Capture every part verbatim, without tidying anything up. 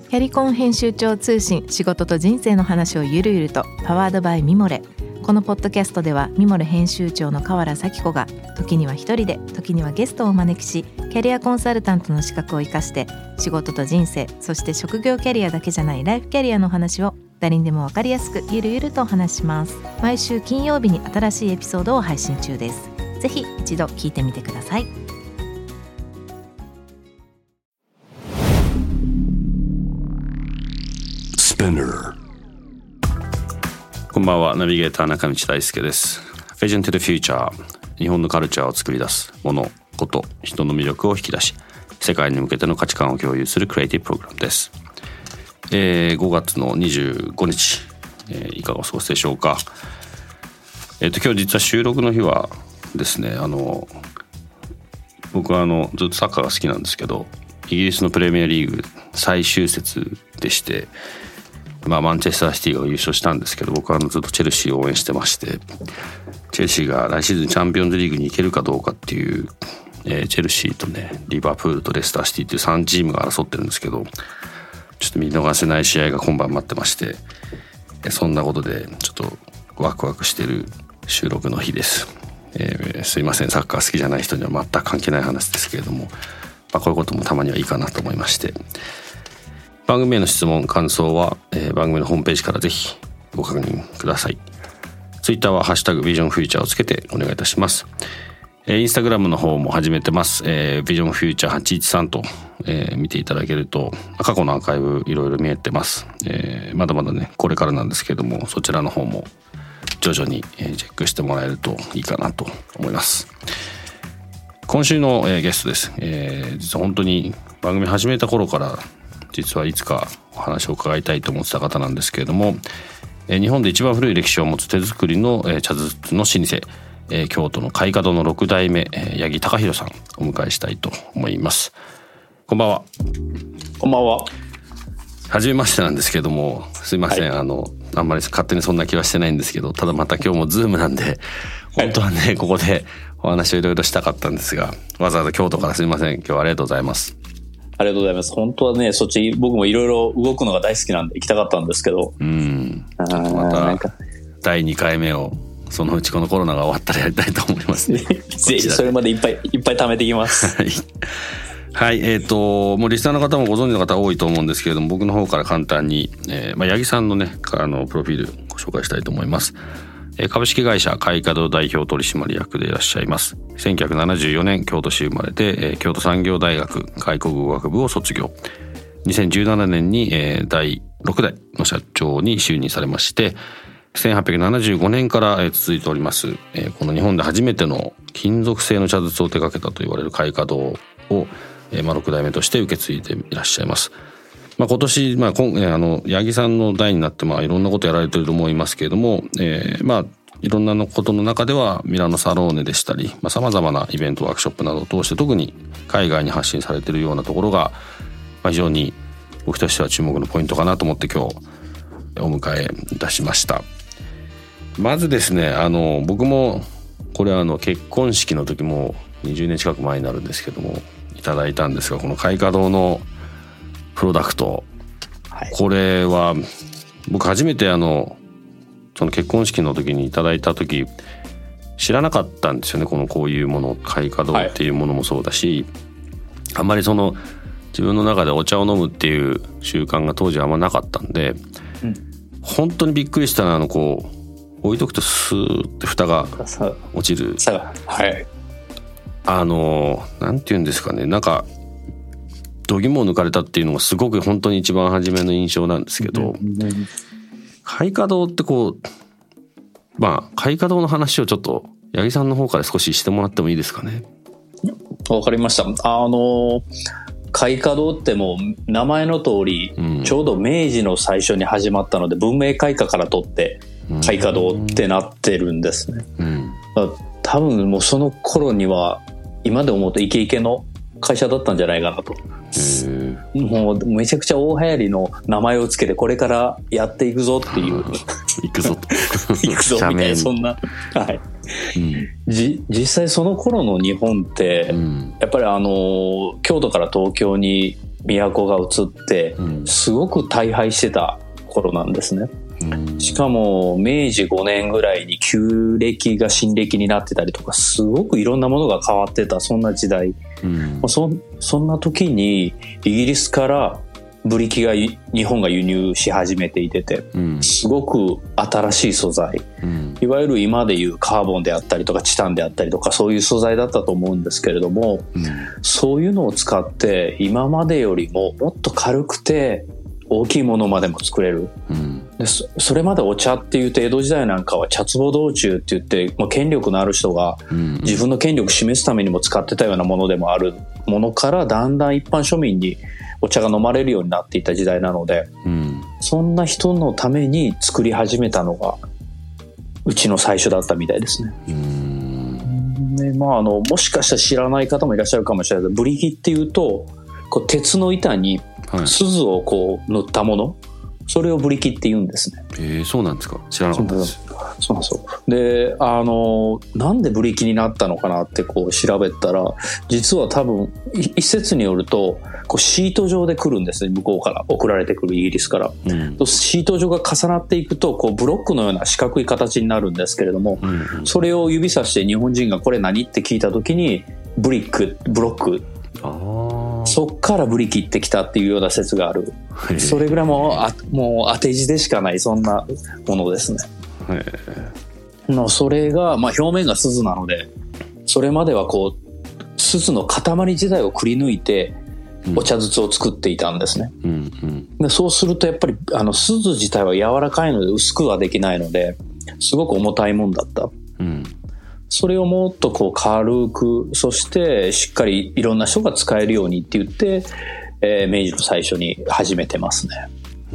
キャリコン編集長通信、仕事と人生の話をゆるゆると、パワードバイミモレ。このポッドキャストではミモレ編集長の河原咲子が時には一人で、時にはゲストをお招きし、キャリアコンサルタントの資格を生かして仕事と人生、そして職業キャリアだけじゃないライフキャリアの話を誰にでも分かりやすくゆるゆるとお話します。毎週金曜日に新しいエピソードを配信中です。ぜひ一度聞いてみてください。 こんばんは、ナビゲーター中道大輔です。 Vision to the Future、 日本のカルチャーを作り出すもの、こと、人の魅力を引き出し、世界に向けての価値観を共有するクリエイティブプログラムです。えー、ごがつのにじゅうごにち、えー、いかがお過ごしでしょうか。えーと今日実は収録の日はですね、あの僕はあのずっとサッカーが好きなんですけど、イギリスのプレミアリーグ最終節でして、まあ、マンチェスターシティが優勝したんですけど、僕はあのずっとチェルシーを応援してまして、チェルシーが来シーズンチャンピオンズリーグに行けるかどうかっていう、えー、チェルシーとね、リバプールとレスターシティっていうさんチームが争ってるんですけど、ちょっと見逃せない試合が今晩待ってまして、そんなことでちょっとワクワクしてる収録の日です。えー、すいません、サッカー好きじゃない人には全く関係ない話ですけれども、まあ、こういうこともたまにはいいかなと思いまして、番組への質問感想は、えー、番組のホームページからぜひご確認ください。ツイッターはハッシュタグビジョンフューチャーをつけてお願いいたします。えー、インスタグラムの方も始めてます。えー、ビジョンフューチャーはちいちさんと、えー、見ていただけると過去のアーカイブいろいろ見えてます。えー、まだまだねこれからなんですけども、そちらの方も徐々にチェックしてもらえるといいかなと思います。今週のゲストです。えー、実は本当に番組始めた頃から実はいつかお話を伺いたいと思ってた方なんですけれども、日本で一番古い歴史を持つ手作りの茶筒の老舗、京都の開華堂のろく代目八木隆弘さんをお迎えしたいと思います。こんばんは。 こんばんは。 初めましてなんですけども、すいません、はい、あのあんまり勝手にそんな気はしてないんですけど、ただまた今日もズームなんで本当はね、はい、ここでお話をいろいろしたかったんですが、わざわざ京都からすいません、今日はありがとうございます。 ありがとうございます。本当はね、そっち僕もいろいろ動くのが大好きなんで行きたかったんですけど、 うん、ちょっとまただいにかいめをそのうちこのコロナが終わったらやりたいと思いますね。ぜひそれまでいっぱいいっぱい貯めていきますはい、はい、えーともうリスナーの方もご存知の方多いと思うんですけれども、僕の方から簡単に、えーまあ、八木さんのねあのプロフィールご紹介したいと思います。株式会社開華堂代表取締役でいらっしゃいます。せんきゅうひゃくななじゅうよねん京都市生まれて、京都産業大学外国語学部を卒業。にせんじゅうななねんにだいろく代の社長に就任されまして、せんはっぴゃくななじゅうごねんから続いておりますこの日本で初めての金属製の茶筒を手掛けたと言われる開華堂をろく代目として受け継いでいらっしゃいます。まあ、今年、まあ、今あの八木さんの代になってまあいろんなことやられてると思いますけれども、えー、まあいろんなことの中ではミラノサローネでしたり、さまざ、まなイベントワークショップなどを通して特に海外に発信されているようなところが、まあ、非常に僕としては注目のポイントかなと思って今日お迎えいたしました。まずですね、あの僕もこれはあの結婚式の時もにじゅうねん近く前になるんですけどもいただいたんですが、この開華堂のプロダクト、はい、これは僕初めてあのその結婚式の時にいただいた時知らなかったんですよね。このこういうもの開華堂っていうものもそうだし、はい、あんまりその自分の中でお茶を飲むっていう習慣が当時はあんまなかったんで、うん、本当にびっくりしたのはあのこう置いとくとスーって蓋が落ちる、 はい、 あのなんていうんですかね、なんか度肝を抜かれたっていうのがすごく本当に一番初めの印象なんですけど、うんうん、開華堂ってこうまあ開華堂の話をちょっと八木さんの方から少ししてもらってもいいですかね。 わかりました。あの開華堂ってもう名前の通り、うん、ちょうど明治の最初に始まったので文明開化から取って開華堂ってなってるんですね、うん、多分もうその頃には今で思うとイケイケの会社だったんじゃないかなと。もうめちゃくちゃ大流行りの名前をつけてこれからやっていくぞっていういくぞといくぞみたいなそんな、はい、うん、じ実際その頃の日本って、うん、やっぱりあの京都から東京に都が移ってすごく大敗してた頃なんですね。しかも明治ごねんぐらいに旧暦が新暦になってたりとか、すごくいろんなものが変わってた、そんな時代、うん、そ, そんな時にイギリスからブリキが日本が輸入し始めていてて、うん、すごく新しい素材、うん、いわゆる今でいうカーボンであったりとかチタンであったりとか、そういう素材だったと思うんですけれども、うん、そういうのを使って今までよりももっと軽くて大きいものまでも作れる、うん、で そ, それまでお茶っていうと江戸時代なんかは茶壺道中って言って、まあ、権力のある人が自分の権力を示すためにも使ってたようなものでもあるものから、だんだん一般庶民にお茶が飲まれるようになっていた時代なので、うん、そんな人のために作り始めたのがうちの最初だったみたいですね。うんで、まあ、あのもしかしたら知らない方もいらっしゃるかもしれないけど、ブリキっていうとこう鉄の板に錫をこう塗ったもの、それをブリキって言うんですね。 えー、そうなんですか。知らなかったです。 そうなんですよ。で、あのなんでブリキになったのかなってこう調べたら、実は多分一説によるとこうシート状で来るんですね、向こうから送られてくるイギリスから、うん、シート状が重なっていくとこうブロックのような四角い形になるんですけれども、うんうん、それを指さして日本人がこれ何って聞いた時にブリック、ブロック、あ、そっからブリキってきたっていうような説がある。それぐらいもう、あ、もう当て字でしかない、そんなものですね。のそれが、まあ、表面が錫なので、それまではこう錫の塊自体をくり抜いてお茶筒を作っていたんですね、うんうん、でそうするとやっぱりあの錫自体は柔らかいので薄くはできないのですごく重たいもんだった、うん、それをもっとこう軽く、そしてしっかりいろんな人が使えるようにって言って、えー、明治の最初に始めてますね、うん、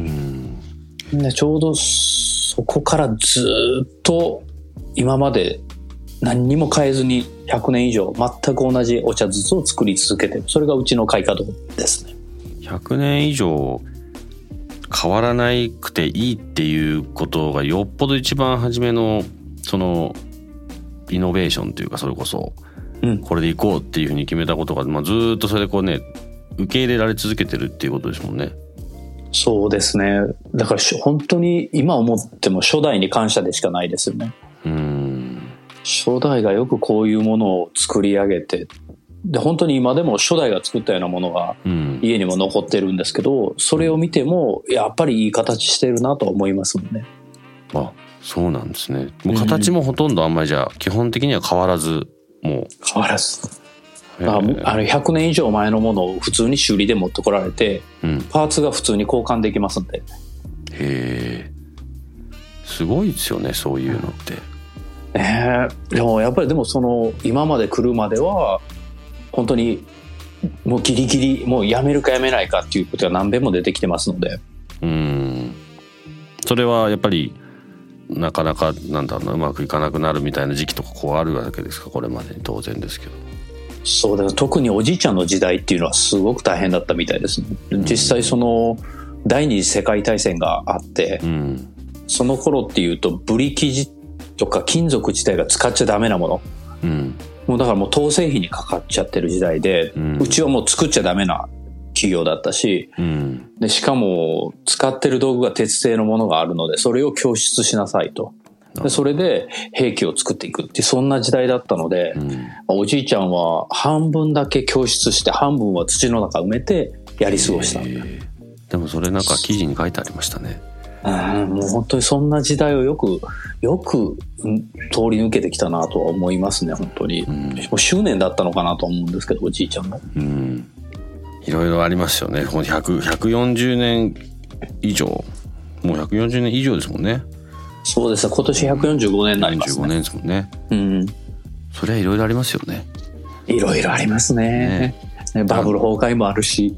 でちょうどそこからずっと今まで何にも変えずにひゃくねん以上全く同じお茶筒を作り続けてる、それがうちの開花堂ですね。 ひゃくねん以上変わらなくていいっていうことがよっぽど一番初めのそのイノベーションというか、それこそこれでいこうっていうふうに決めたことが、まあ、ずっとそれでこうね受け入れられ続けてるっていうことですもんね。 そうですね。だから本当に今思っても初代に感謝でしかないですよね。うーん、初代がよくこういうものを作り上げて、で本当に今でも初代が作ったようなものが家にも残ってるんですけど、それを見てもやっぱりいい形してるなと思いますもんね。 あ、そうなんですね。もう形もほとんどあんまりじゃあ、うん、基本的には変わらず、もう変わらず、ああのひゃくねん以上前のものを普通に修理で持ってこられて、うん、パーツが普通に交換できますんで。へえ、すごいですよね、そういうのって。 えー、でもやっぱりでもその今まで来るまでは本当にもうギリギリもうやめるかやめないかっていうことが何遍も出てきてますので。 うーん、それはやっぱりなかなかなんだろうな、うまくいかなくなるみたいな時期とかこうあるわけですか。これまでに当然ですけど。 そうだ、特におじいちゃんの時代っていうのはすごく大変だったみたいですね。実際その第二次世界大戦があって、うん、その頃っていうとブリキとか金属自体が使っちゃダメなもの、うん、もうだからもう統制費にかかっちゃってる時代で、うん、うちはもう作っちゃダメな企業だったし、うん、でしかも使ってる道具が鉄製のものがあるので、それを供出しなさいと。でそれで兵器を作っていくってそんな時代だったので、うん、おじいちゃんは半分だけ供出して半分は土の中埋めてやり過ごしたんだ。えー、 でもそれなんか記事に書いてありましたね。 うん、もう本当にそんな時代をよくよく通り抜けてきたなとは思いますね。本当に、うん、もう執念だったのかなと思うんですけど、おじいちゃんも、うん、 いろいろありますよね。ひゃく、ひゃくよんじゅうねん以上、もうひゃくよんじゅうねん以上ですもんね。 そうですね、今年ひゃくよんじゅうごねんになりますね。 よんじゅうごねんですもんね。うん、それはいろいろありますよね。 いろいろありますね。ね、バブル崩壊もあるし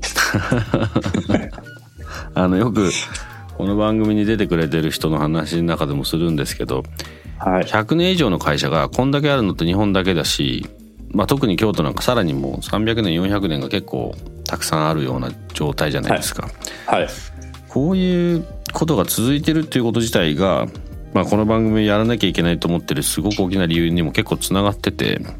あのよくこの番組に出てくれてる人の話の中でもするんですけど、はい、ひゃくねん以上の会社がこんだけあるのって日本だけだし、まあ、特に京都なんかさらにもうさんびゃくねんよんひゃくねんが結構たくさんあるような状態じゃないですか。はいはい、こういうことが続いてるっていうこと自体が、まあ、この番組やらなきゃいけないと思ってるすごく大きな理由にも結構つながってて、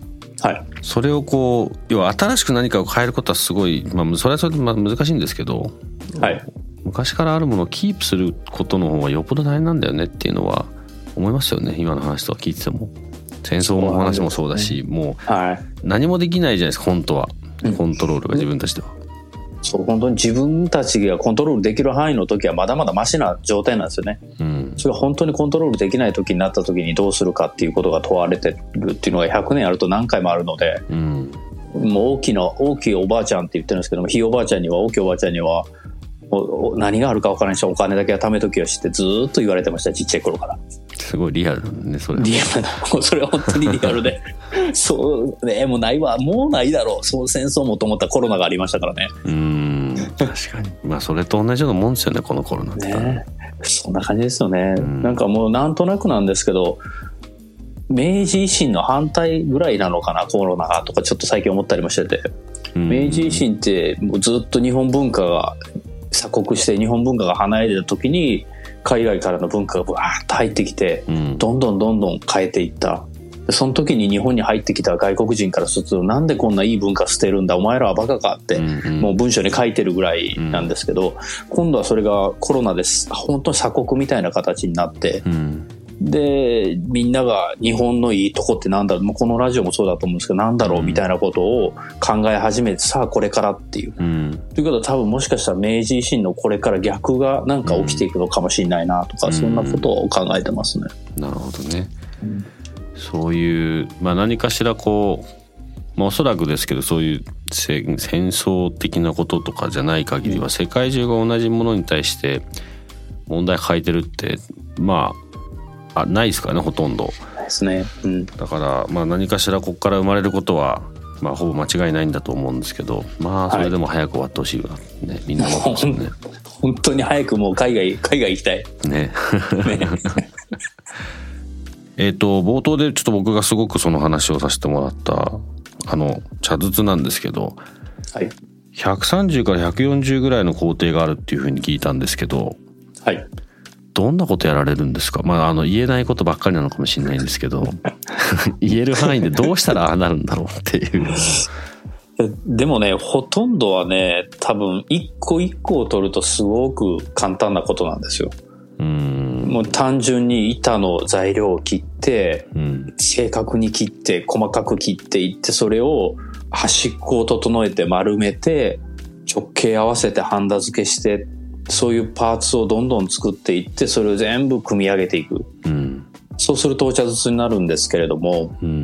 はい、 それをこう要は新しく何かを変えることはすごい、まあ、それはそれでまあ難しいんですけど、 はい、 昔からあるものをキープすることの方がよっぽど大変なんだよねっていうのは思いますよね。今の話とか聞いてても戦争の話もそうだし、もう何もできないじゃないですか本当は。コントロールが自分たちでは、 うん、そう本当に自分たちがコントロールできる範囲の時はまだまだマシな状態なんですよね、うん、それが本当にコントロールできない時になった時にどうするかっていうことが問われてるっていうのがひゃくねんあると何回もあるので、うん、もう大きな大きいおばあちゃんって言ってるんですけども、ひいおばあちゃんには大きいおばあちゃんには何があるか分からないしお金だけは貯めときよしってずっと言われてました。ちっちゃい頃から。 すごいリアルだねそれ。 リアルだ。それは本当にリアルでそうね、もうないわもうないだろう、そう戦争もと思ったコロナがありましたからね。 うーん確かにまあそれと同じようなもんですよねこのコロナってね。 そんな感じですよね。なんかもうなんとなくなんですけど明治維新の反対ぐらいなのかなコロナがとかちょっと最近思ったりもしてて、明治維新ってもうずっと日本文化が鎖国して日本文化が離れた時に海外からの文化がブワーッと入ってきて、うん、どんどんどんどん変えていった。その時に日本に入ってきた外国人からするとなんでこんないい文化捨てるんだお前らはバカかって、うんうん、もう文章に書いてるぐらいなんですけど、うん、今度はそれがコロナです本当に鎖国みたいな形になって、うん、でみんなが日本のいいとこってなんだろう、もうこのラジオもそうだと思うんですけどなんだろうみたいなことを考え始めて、さあこれからっていう、うん、ということは多分もしかしたら明治維新のこれから逆がなんか起きていくのかもしれないなとか、うん、そんなことを考えてますね。 なるほどね、うん、そういう、まあ、何かしらこう、まあ、おそらくですけどそういう戦争的なこととかじゃない限りは世界中が同じものに対して問題抱えてるってまああないですからねほとんど。 ないですね、うん、 だからまあ何かしらここから生まれることはまあほぼ間違いないんだと思うんですけど、まあそれでも早く終わってほしいよね、はい、みんな思ってますよね本当に早くもう海外海外行きたいねねえっと冒頭でちょっと僕がすごくその話をさせてもらったあの茶筒なんですけど、はい、ひゃくさんじゅうからひゃくよんじゅうぐらいの工程があるっていうふうに聞いたんですけど、はい、どんなことやられるんですか。まあ、あの言えないことばっかりなのかもしれないんですけど言える範囲でどうしたらああなるんだろうっていうでもねほとんどはね多分一個一個を取るとすごく簡単なことなんですよ。うーんもう単純に板の材料を切って、うん、正確に切って細かく切っていってそれを端っこを整えて丸めて直径合わせてハンダ付けしてそういうパーツをどんどん作っていってそれを全部組み上げていく、うん、そうするとお茶筒になるんですけれども、うん、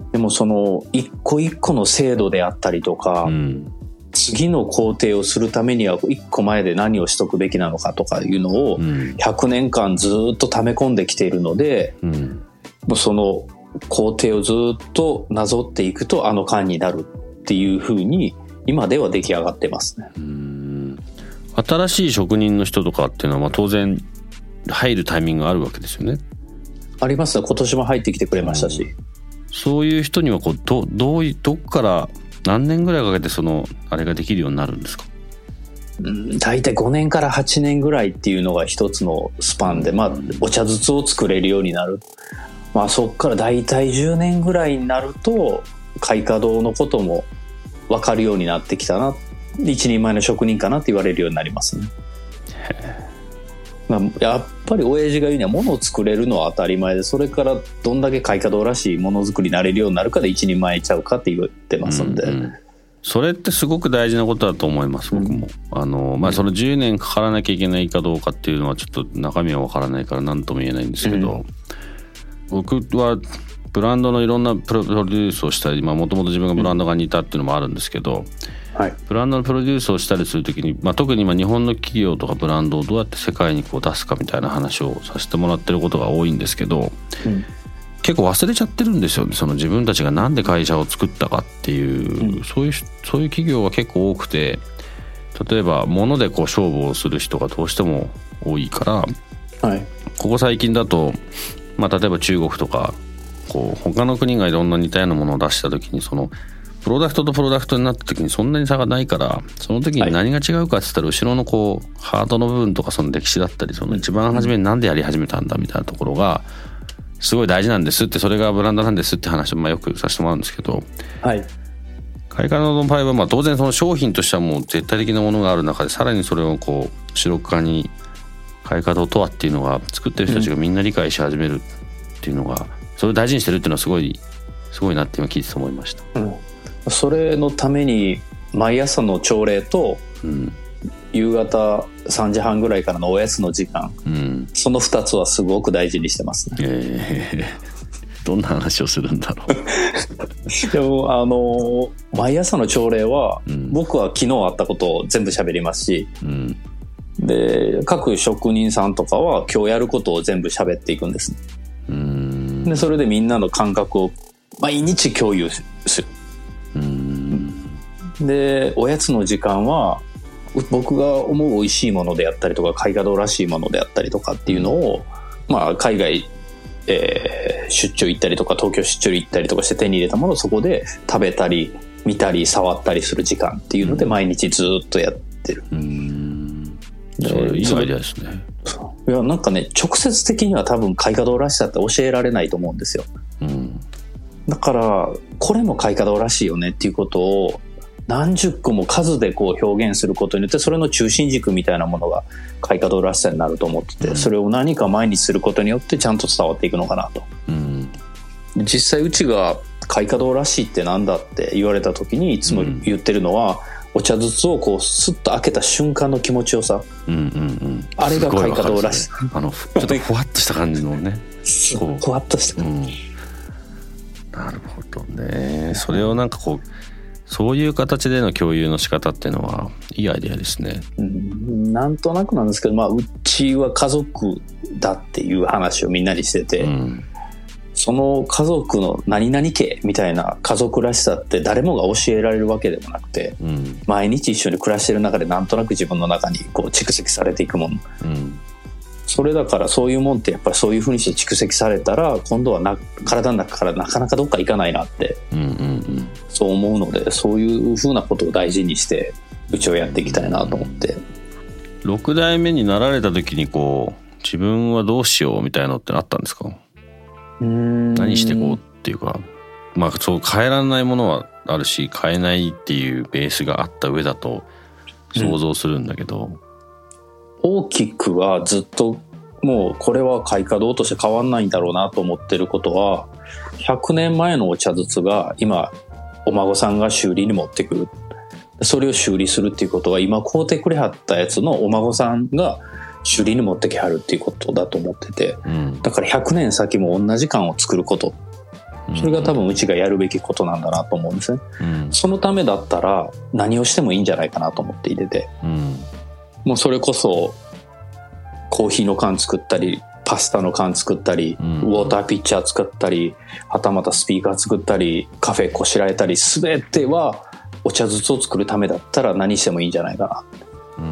でもその一個一個の精度であったりとか、うん、次の工程をするためには一個前で何をしとくべきなのかとかいうのをひゃくねんかんずっと溜め込んできているので、うん、もうその工程をずっとなぞっていくとあの缶になるっていうふうに今では出来上がってますね。うん新しい職人の人とかっていうのはまあ当然入るタイミングがあるわけですよね。 ありますね。今年も入ってきてくれましたし、うん、 そういう人にはこう ど, どういどっから何年ぐらいかけてそのあれができるようになるんですか。 うん、大体ごねんからはちねんぐらいっていうのが一つのスパンで、まあ、お茶筒を作れるようになる、まあ、そっから大体じゅうねんぐらいになると開花堂のことも分かるようになってきたな、一人前の職人かなって言われるようになりますね。まあ、やっぱり親父が言うには物を作れるのは当たり前でそれからどんだけ開花堂らしいものづくりになれるようになるかで一人前ちゃうかって言ってますんで、うんうん、 それってすごく大事なことだと思います僕も、うん、あのまあそのじゅうねんかからなきゃいけないかどうかっていうのはちょっと中身は分からないから何とも言えないんですけど、うん、僕はブランドのいろんなプロデュースをしたりもともと自分がブランド側にいたっていうのもあるんですけど、はい、ブランドのプロデュースをしたりするときに、まあ、特に今日本の企業とかブランドをどうやって世界にこう出すかみたいな話をさせてもらってることが多いんですけど、うん、結構忘れちゃってるんですよね。その自分たちがなんで会社を作ったかっていう、うん、そういうそういう企業が結構多くて、例えば物でこう勝負をする人がどうしても多いから、はい、ここ最近だと、まあ、例えば中国とかこう他の国がいろんな似たようなものを出した時にそのプロダクトとプロダクトになった時にそんなに差がないから、その時に何が違うかって言ったら後ろのこうハートの部分とかその歴史だったりその一番初めになんでやり始めたんだみたいなところがすごい大事なんですって、それがブランドなんですって話をまあよくさせてもらうんですけど、 はい、 カイカドの場合はまあ当然その商品としてはもう絶対的なものがある中で、さらにそれをこう白黒にカイカドとはっていうのが作ってる人たちがみんな理解し始めるっていうのが、それを大事にしてるっていうのはすごいすごいなって今聞いてて思いました、 うん、それのために毎朝の朝礼と、うん、夕方さんじはんぐらいからのおやつの時間、うん、そのふたつはすごく大事にしてますね。 えー、どんな話をするんだろうでもあの毎朝の朝礼は、うん、僕は昨日あったことを全部喋りますし、うん、で各職人さんとかは今日やることを全部喋っていくんですね。うん、でそれでみんなの感覚を毎日共有する。うん、でおやつの時間は僕が思う美味しいものであったりとかカイカドらしいものであったりとかっていうのを、まあ、海外、えー、出張行ったりとか東京出張行ったりとかして手に入れたものをそこで食べたり見たり触ったりする時間っていうので毎日ずっとやってる。うん、 それいいアイデアですね。 いやなんかね直接的には多分カイカドらしさって教えられないと思うんですよ。うん、だからこれもカイカドらしいよねっていうことを何十個も数でこう表現することによってそれの中心軸みたいなものがカイカドらしさになると思ってて、うん、それを何か毎日することによってちゃんと伝わっていくのかなと、うん、実際うちがカイカドらしいってなんだって言われた時にいつも言ってるのは、うん、お茶筒をこうスッと開けた瞬間の気持ちよさ、うんうんうん、あれがカイカドらしさ、 ね、あのちょっとふわっとした感じのねふわっとした感じ、 うん、なるほどね。それをなんかこうそういう形での共有の仕方っていうのはいいアイデアですね。 うん、なんとなくなんですけど、まあ、うちは家族だっていう話をみんなにしてて、うん、その家族の何々家みたいな家族らしさって誰もが教えられるわけでもなくて、うん、毎日一緒に暮らしてる中でなんとなく自分の中にこう蓄積されていくもの、うん、それだからそういうもんってやっぱりそういう風にして蓄積されたら今度はな体の中からなかなかどっか行かないなって、うんうんうん、そう思うのでそういう風なことを大事にしてうちをやっていきたいなと思って。 ろく代目になられた時にこう自分はどうしようみたいなのってあったんですか？うーん何してこうっていうか、まあそう変えられないものはあるし変えないっていうベースがあった上だと想像するんだけど、 うん、大きくはずっともうこれは開花堂として変わんないんだろうなと思ってることはひゃくねんまえのお茶筒が今お孫さんが修理に持ってくる、それを修理するっていうことは今買うてくれはったやつのお孫さんが修理に持ってきはるっていうことだと思ってて、うん、だからひゃくねん先も同じ缶を作ること、それが多分うちがやるべきことなんだなと思うんですね、うん、そのためだったら何をしてもいいんじゃないかなと思っていてて、うん、もうそれこそコーヒーの缶作ったりパスタの缶作ったり、うん、ウォーターピッチャー作ったりはたまたスピーカー作ったりカフェこしらえたり全てはお茶筒を作るためだったら何してもいいんじゃないかな、うん、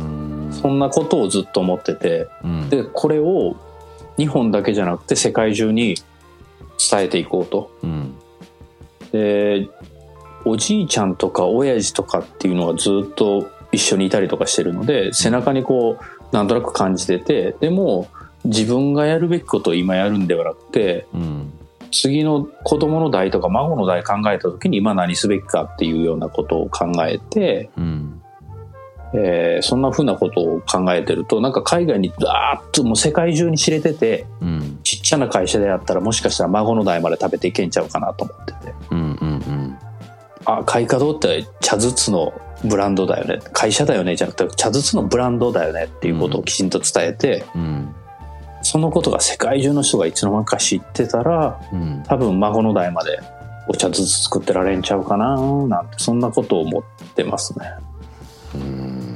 そんなことをずっと思ってて、うん、でこれを日本だけじゃなくて世界中に伝えていこうと、うん、でおじいちゃんとか親父とかっていうのがずっと一緒にいたりとかしてるので背中にこうなんとなく感じてて、でも自分がやるべきことを今やるんではなくて、うん、次の子供の代とか孫の代考えた時に今何すべきかっていうようなことを考えて、うんえー、そんな風なことを考えてるとなんか海外にダーッともう世界中に知れてて、うん、ちっちゃな会社でやったらもしかしたら孫の代まで食べていけんちゃうかなと思ってて、うんうんうん、あ開花堂って茶筒のブランドだよね会社だよねじゃなくて茶筒のブランドだよねっていうことをきちんと伝えて、うんうんそのことが世界中の人がいつの間にか知ってたら、うん、多分孫の代までお茶ずつ作ってられんちゃうかななんてそんなことを思ってますね。 うーん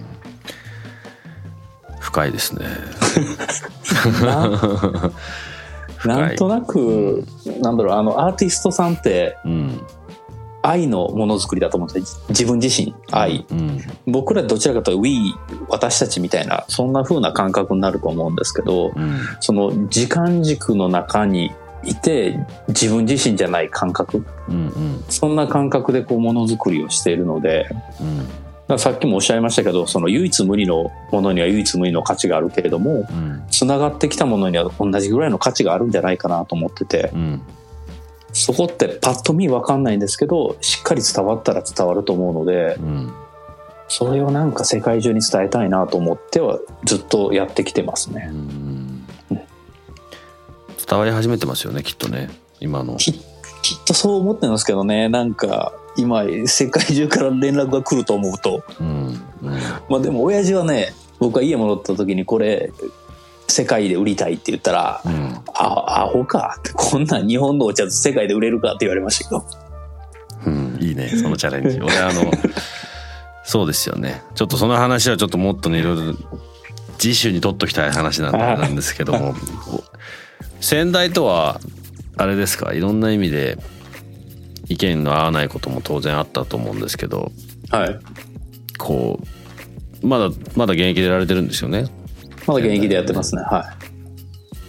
深いですねな, なんとなく、うん、なんだろうあのアーティストさんって、うん愛のものづくりだと思って自分自身愛、うんうん、僕らどちらかというと We 私たちみたいなそんな風な感覚になると思うんですけど、うん、その時間軸の中にいて自分自身じゃない感覚、うんうん、そんな感覚でこうものづくりをしているので、うん、 らさっきもおっしゃいましたけど、その唯一無二のものには唯一無二の価値があるけれども、つな、うん、がってきたものには同じぐらいの価値があるんじゃないかなと思ってて、うん、そこってパッと見分かんないんですけど、しっかり伝わったら伝わると思うので、うん、それをなんか世界中に伝えたいなと思ってはずっとやってきてますね。うん、 伝わり始めてますよね、きっとね、今の。 き, きっとそう思ってますけどね。なんか今世界中から連絡が来ると思うと、うんうん、まあでも親父はね、僕が家戻った時にこれ世界で売りたいって言ったら、うん、あアホかって、こんなん日本のお茶世界で売れるかって言われましたけど、 うん、いいねそのチャレンジ。俺あのそうですよね、ちょっとその話はちょっともっとねいろいろ次週に取っときたい話なんなんですけども先代とはあれですか、いろんな意味で意見の合わないことも当然あったと思うんですけど、 はい、 こうまだまだ現役でやられてるんですよね。 まだ現役でやってますね。はい。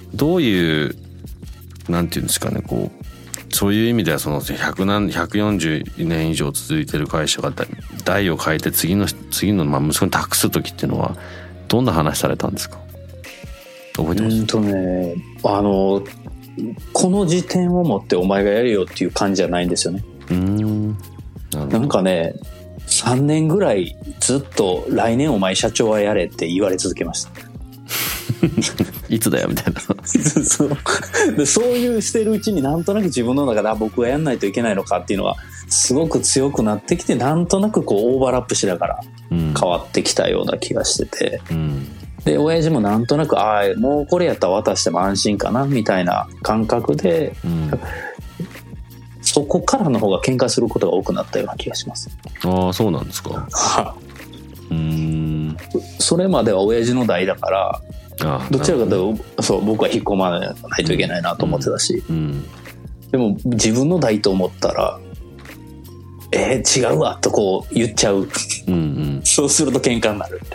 どういうなんていうんですかね、こうそういう意味ではそのひゃく何ひゃくよんじゅうねん以上続いてる会社が代を変えて次の次のまあ息子に託す時っていうのはどんな話されたんですか？覚えてます？ うんとね、あのこの時点をもってお前がやるよっていう感じじゃないんですよね。うーん な, なんかね、さんねんぐらいずっと来年お前社長はやれって言われ続けましたいつだよみたいなそうで、そういうしてるうちになんとなく自分の中で僕がやんないといけないのかっていうのがすごく強くなってきて、なんとなくこうオーバーラップしながら変わってきたような気がしてて、うん、で親父もなんとなくああもうこれやったら渡しても安心かなみたいな感覚で、うん、そこからの方が喧嘩することが多くなったような気がします。 ああ、そうなんですか。 うーん、それまでは親父の代だから、あどちらかというとそう僕は引っ込まないといけないなと思ってたし、うんうん、でも自分の代と思ったらえー、違うわとこう言っちゃう、うんうん、そうすると喧嘩になる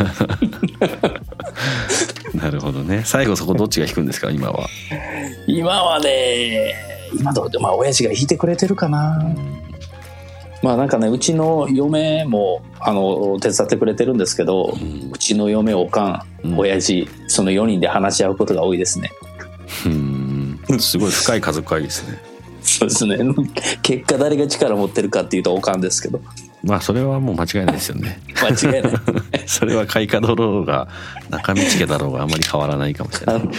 なるほどね。最後そこどっちが引くんですか？今は今はね、今どうまあ親父が引いてくれてるかな、うん、まあなんかね、うちの嫁もあの手伝ってくれてるんですけど、うん、うちの嫁おかん、うん、親父そのよにんで話し合うことが多いですね。 うーん、すごい深い家族会議ですねそうですね。結果誰が力持ってるかっていうとおかんですけど、 まあそれはもう間違いないですよね。 間違いないそれは開花だろうが中道家だろうがあまり変わらないかもしれない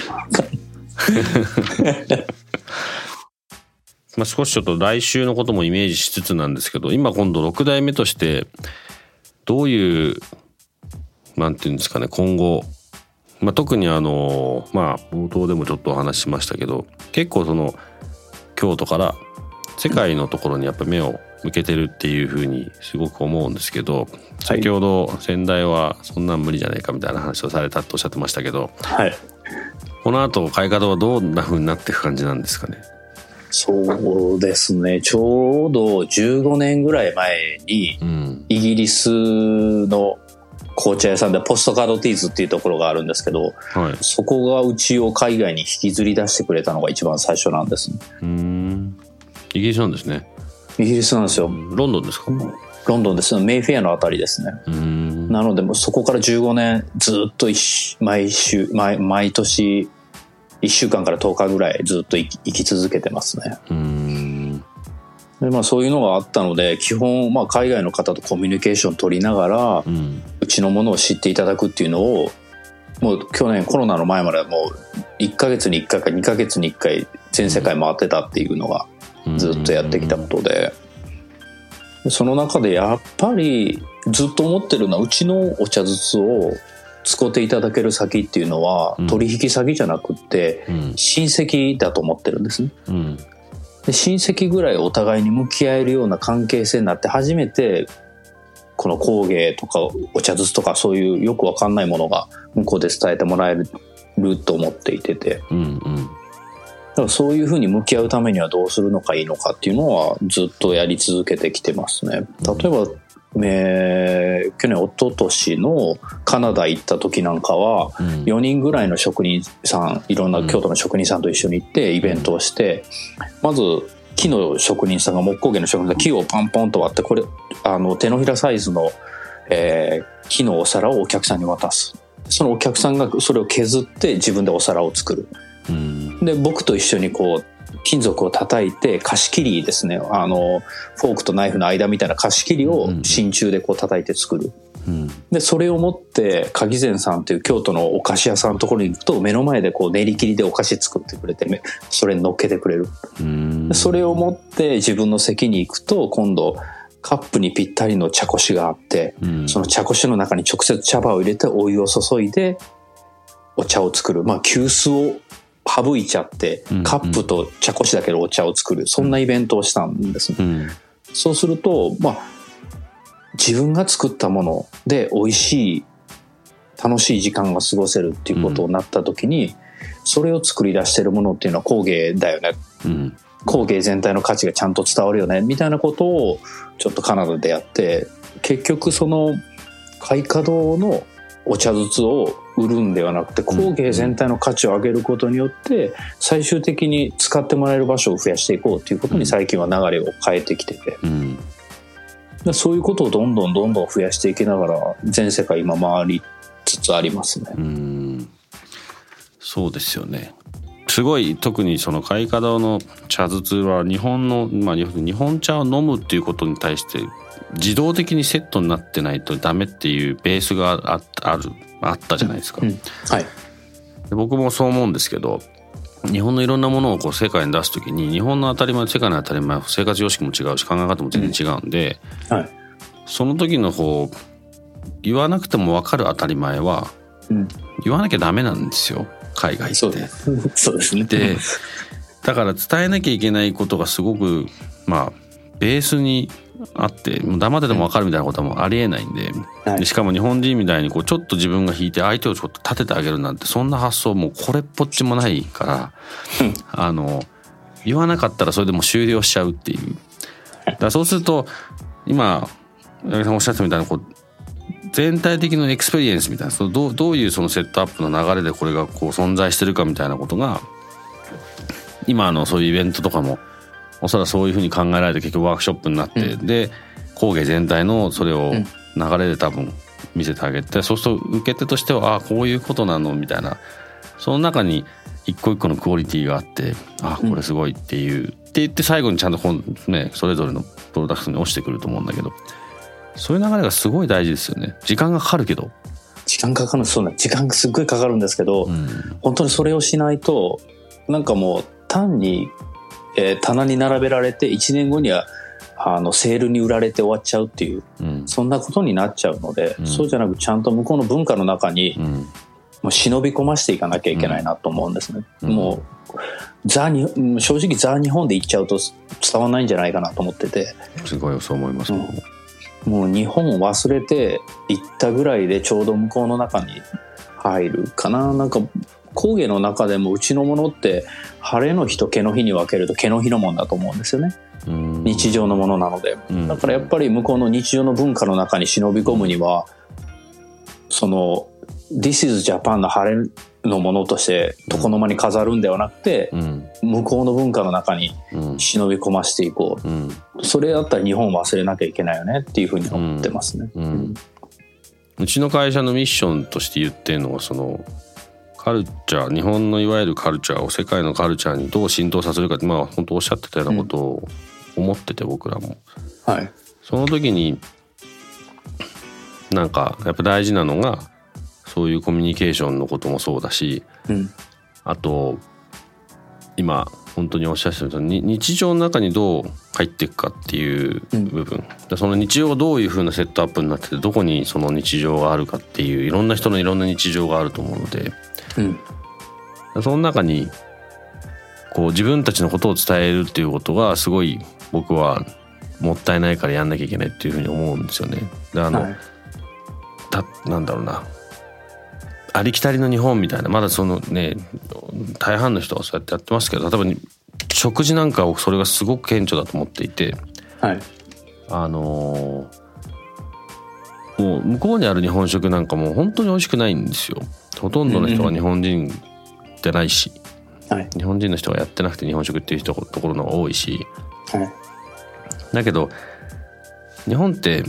まあ少しちょっと来週のこともイメージしつつなんですけど、今今度ろく代目としてどういうなんていうんですかね、今後、まあ、特にあのまあ冒頭でもちょっとお話ししましたけど、結構その京都から世界のところにやっぱ目を向けてるっていう風にすごく思うんですけど、先ほど先代はそんなん無理じゃないかみたいな話をされたとおっしゃってましたけど、はい、この後開花堂はどんな風になっていく感じなんですかね？ そうですね、ちょうどじゅうごねんぐらい前に、うん、イギリスの紅茶屋さんでポストカードティーズっていうところがあるんですけど、はい、そこがうちを海外に引きずり出してくれたのが一番最初なんですね。 うーん、イギリスなんですね。 イギリスなんですよ。 ロンドンですか？ ロンドンです。メイフェアのあたりですね。うーん、なのでもうそこからじゅうごねんずっと毎週 毎, 毎年いっしゅうかんからとおかぐらいずっと生 き, 生き続けてますね。うーん、で、まあ、そういうのがあったので基本、まあ、海外の方とコミュニケーション取りながら、うん、うちのものを知っていただくっていうのをもう去年コロナの前まではもういっかげつにいっかいかにかげつにいっかい全世界回ってたっていうのがずっとやってきたことで、その中でやっぱりずっと思ってるのはうちのお茶筒を使っていただける先っていうのは取引先じゃなくって親戚だと思ってるんですね。うん、で親戚ぐらいお互いに向き合えるような関係性になって初めてこの工芸とかお茶筒とかそういうよくわかんないものが向こうで伝えてもらえると思っていてて、うんうん、だからそういうふうに向き合うためにはどうするのかいいのかっていうのはずっとやり続けてきてますね。例えば、えー、去年一昨年のカナダ行った時なんかはよにんぐらいの職人さん、いろんな京都の職人さんと一緒に行ってイベントをして、まず木の職人さんが木工芸の職人さんが木をパンポンと割ってこれあの手のひらサイズのえー、木のお皿をお客さんに渡す。そのお客さんがそれを削って自分でお皿を作る。うん、で僕と一緒にこう金属を叩いて貸し切りですね、あのフォークとナイフの間みたいな貸し切りを真鍮でこう叩いて作る。うん、でそれを持って鍵膳さんという京都のお菓子屋さんのところに行くと目の前でこう練り切りでお菓子作ってくれてそれに乗っけてくれる。うん、でそれを持って自分の席に行くと今度カップにぴったりの茶こしがあって、うん、その茶こしの中に直接茶葉を入れてお湯を注いでお茶を作る、まあ急須を省いちゃってカップと茶こしだけのお茶を作る、そんなイベントをしたんですね。うん、そうするとまあ自分が作ったもので美味しい楽しい時間が過ごせるっていうことになった時に、うん、それを作り出してるものっていうのは工芸だよね、うん、工芸全体の価値がちゃんと伝わるよねみたいなことをちょっとカナダでやって、結局その開花堂のお茶筒を売るんではなくて工芸全体の価値を上げることによって最終的に使ってもらえる場所を増やしていこうということに最近は流れを変えてきてて、うんそういうことをどんどんどんどん増やしていきながら全世界今回りつつありますね。 うーんそうですよね。すごい特にその開花堂の茶筒は日本の、まあ、日本茶を飲むっていうことに対して自動的にセットになってないとダメっていうベースが あ, あるあったじゃないですか。うんうん、はい。で僕もそう思うんですけど。日本のいろんなものをこう世界に出すときに日本の当たり前世界の当たり前生活様式も違うし考え方も全然違うんで、うんはい、その時のこう言わなくても分かる当たり前は、うん、言わなきゃダメなんですよ海外って。 そうです、そうですね。 でだから伝えなきゃいけないことがすごくまあベースにあってもう黙ってても分かるみたいなことはもうありえないん で,、はい、でしかも日本人みたいにこうちょっと自分が引いて相手をちょっと立ててあげるなんてそんな発想もうこれっぽっちもないから、うん、あの言わなかったらそれでもう終了しちゃうっていう。だからそうすると今八木さんおっしゃったみたいなこう全体的なエクスペリエンスみたいなその ど, うどういうそのセットアップの流れでこれがこう存在してるかみたいなことが今のそういうイベントとかもおそらくそういうふうに考えられて結局ワークショップになって、うん、で工芸全体のそれを流れで多分見せてあげて、うん、そうすると受け手としてはあこういうことなのみたいなその中に一個一個のクオリティがあってあこれすごいっていう、うん、って言って最後にちゃんとこう、ね、それぞれのプロダクトに落ちてくると思うんだけどそういう流れがすごい大事ですよね。時間がかかるけど時間かかるそうな時間がすっごいかかるんですけど、うん、本当にそれをしないとなんかもう単にえー、棚に並べられていちねんごにはあのセールに売られて終わっちゃうっていう、うん、そんなことになっちゃうので、うん、そうじゃなくちゃんと向こうの文化の中に、うん、もう忍び込ませていかなきゃいけないなと思うんですね、うん、もうザに正直ザ日本で行っちゃうと伝わらないんじゃないかなと思っててすごいそう思います、うん、 もう日本を忘れて行ったぐらいでちょうど向こうの中に入るかな。なんか工芸の中でもうちのものって晴れの日と毛の日に分けると毛の日のものだと思うんですよね。日常のものなのでだからやっぱり向こうの日常の文化の中に忍び込むにはその This is Japan の晴れのものとして床の間に飾るんではなくて、うん、向こうの文化の中に忍び込ませていこう、うん、それだったら日本忘れなきゃいけないよねっていうふうに思ってますね、うんうん、 うちの会社のミッションとして言ってるのはそのカルチャー日本のいわゆるカルチャーを世界のカルチャーにどう浸透させるかってまあ本当おっしゃってたようなことを思ってて、うん、僕らも、はい、その時になんかやっぱ大事なのがそういうコミュニケーションのこともそうだし、うん、あと今本当におっしゃってたように日常の中にどう入っていくかっていう部分、うん、その日常がどういう風なセットアップになっててどこにその日常があるかっていういろんな人のいろんな日常があると思うので、うん、その中にこう自分たちのことを伝えるっていうことがすごい僕はもったいないからやんなきゃいけないっていうふうに思うんですよね。であの、はい、たなんだろうなありきたりの日本みたいなまだそのね大半の人はそうやってやってますけど例えば食事なんかをそれがすごく顕著だと思っていて、はい、あのー、もう向こうにある日本食なんかもう本当に美味しくないんですよ。ほとんどの人が日本人じゃないし、はい、日本人の人がやってなくて日本食っていう人ところの方が多いし、はい、だけど日本って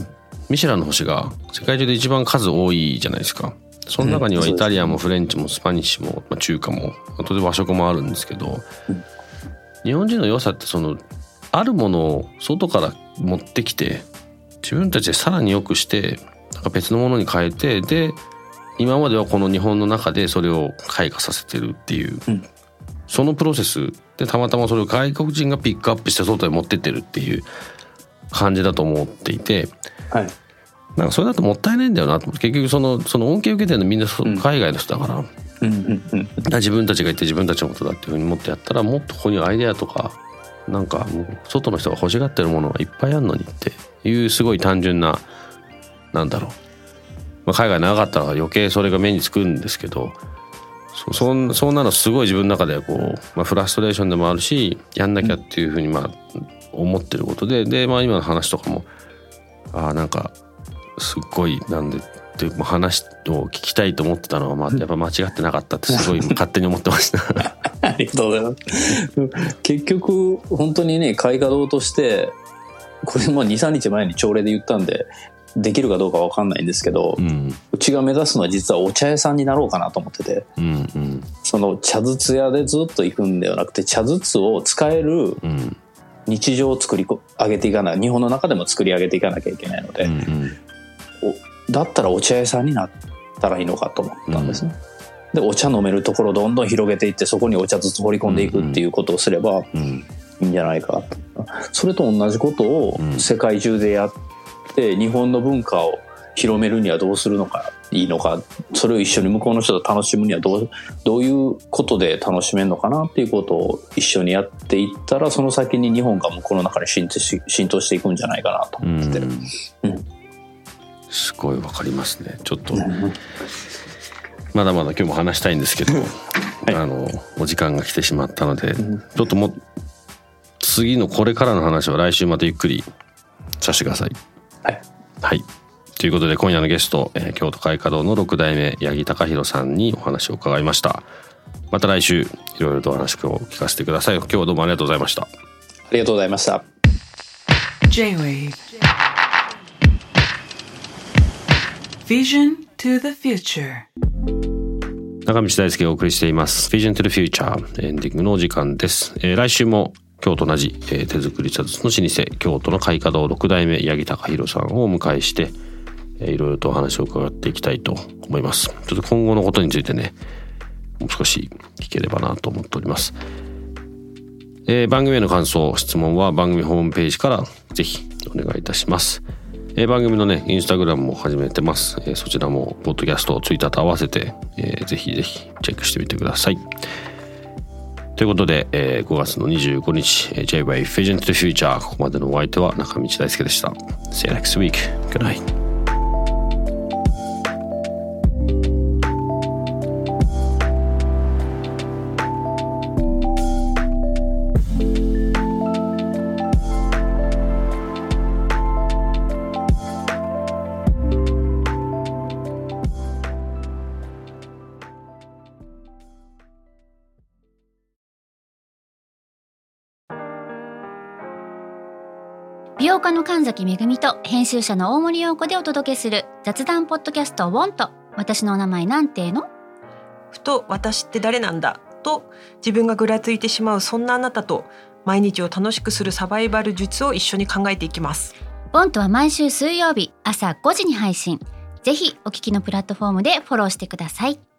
ミシュランの星が世界中で一番数多いじゃないですか。その中にはイタリアンもフレンチもスパニッシュも、まあ、中華も当然和食もあるんですけど、うん、日本人の良さってそのあるものを外から持ってきて自分たちでさらに良くしてなんか別のものに変えて、で今まではこの日本の中でそれを開花させてるっていう、うん、そのプロセスでたまたまそれを外国人がピックアップして外へ持ってってるっていう感じだと思っていて、はい、なんかそれだともったいないんだよなと思って、結局そのその恩恵を受けてるのみんな海外の人だから、うんうんうん、自分たちが言って自分たちのことだっていうふうに持ってやったら、もっとここにアイデアとかなんかもう外の人が欲しがってるものがいっぱいあるのにっていうすごい単純な、なんだろう、まあ、海外長かったら余計それが目につくんですけど、 そ, そ, んそんなのすごい自分の中でこう、まあ、フラストレーションでもあるし、やんなきゃっていうふうにまあ思ってることで、で、まあ、今の話とかもああなんかすっごいなんでって話を聞きたいと思ってたのは、まあやっぱ間違ってなかったってすごい勝手に思ってましたありがとうございます結局本当にね、開花堂としてこれも にさんにちまえに朝礼で言ったんでできるかどうか分かんないんですけど、うん、うちが目指すのは実はお茶屋さんになろうかなと思ってて、うんうん、その茶筒屋でずっと行くんではなくて、茶筒を使える日常を作り上げていかない、日本の中でも作り上げていかなきゃいけないので、うんうん、だったらお茶屋さんになったらいいのかと思ったんですね、うん、でお茶飲めるところをどんどん広げていって、そこにお茶筒放り込んでいくっていうことをすればいいんじゃないかと。それと同じことを世界中でやって日本の文化を広めるにはどうするのかいいのか、それを一緒に向こうの人と楽しむにはどう、どういうことで楽しめるのかなっていうことを一緒にやっていったら、その先に日本が向こうの中に浸透し、浸透していくんじゃないかなと思ってて、うんうん、 すごいわかりますね。ちょっと、うん、まだまだ今日も話したいんですけど、はい、あのお時間が来てしまったので、うん、ちょっともう次のこれからの話は来週またゆっくりさせてください。はい、はい、ということで今夜のゲスト、えー、京都開花堂のろく代目八木貴弘さんにお話を伺いました。また来週いろいろとお話を聞かせてください。今日はどうもありがとうございました。ありがとうございました。 J-Wave Vision to the Future、 中道大輔がお送りしています Vision to the Future、 エンディングのお時間です。えー、来週も今日と同じ、えー、手作り茶筒の老舗京都の開花堂ろく代目八木貴弘さんをお迎えして、えー、いろいろとお話を伺っていきたいと思います。ちょっと今後のことについてね、もう少し聞ければなと思っております。えー、番組への感想質問は番組ホームページからぜひお願いいたします。えー、番組のねインスタグラムも始めてます。えー、そちらもポッドキャストツイッターと合わせて、えー、ぜひぜひチェックしてみてください。ということで、えー、ごがつのにじゅうごにち J-Wave Vision to the Future、 ここまでのお相手は中道大輔でした。 See you next week. Good night. 美容家の神崎めぐみと編集者の大森洋子でお届けする雑談ポッドキャストウォンと私のお名前なんての？ ふと私って誰なんだと自分がぐらついてしまうそんなあなたと毎日を楽しくするサバイバル術を一緒に考えていきます。 ウォンとは毎週水曜日朝ごじに配信。ぜひお聞きのプラットフォームでフォローしてください。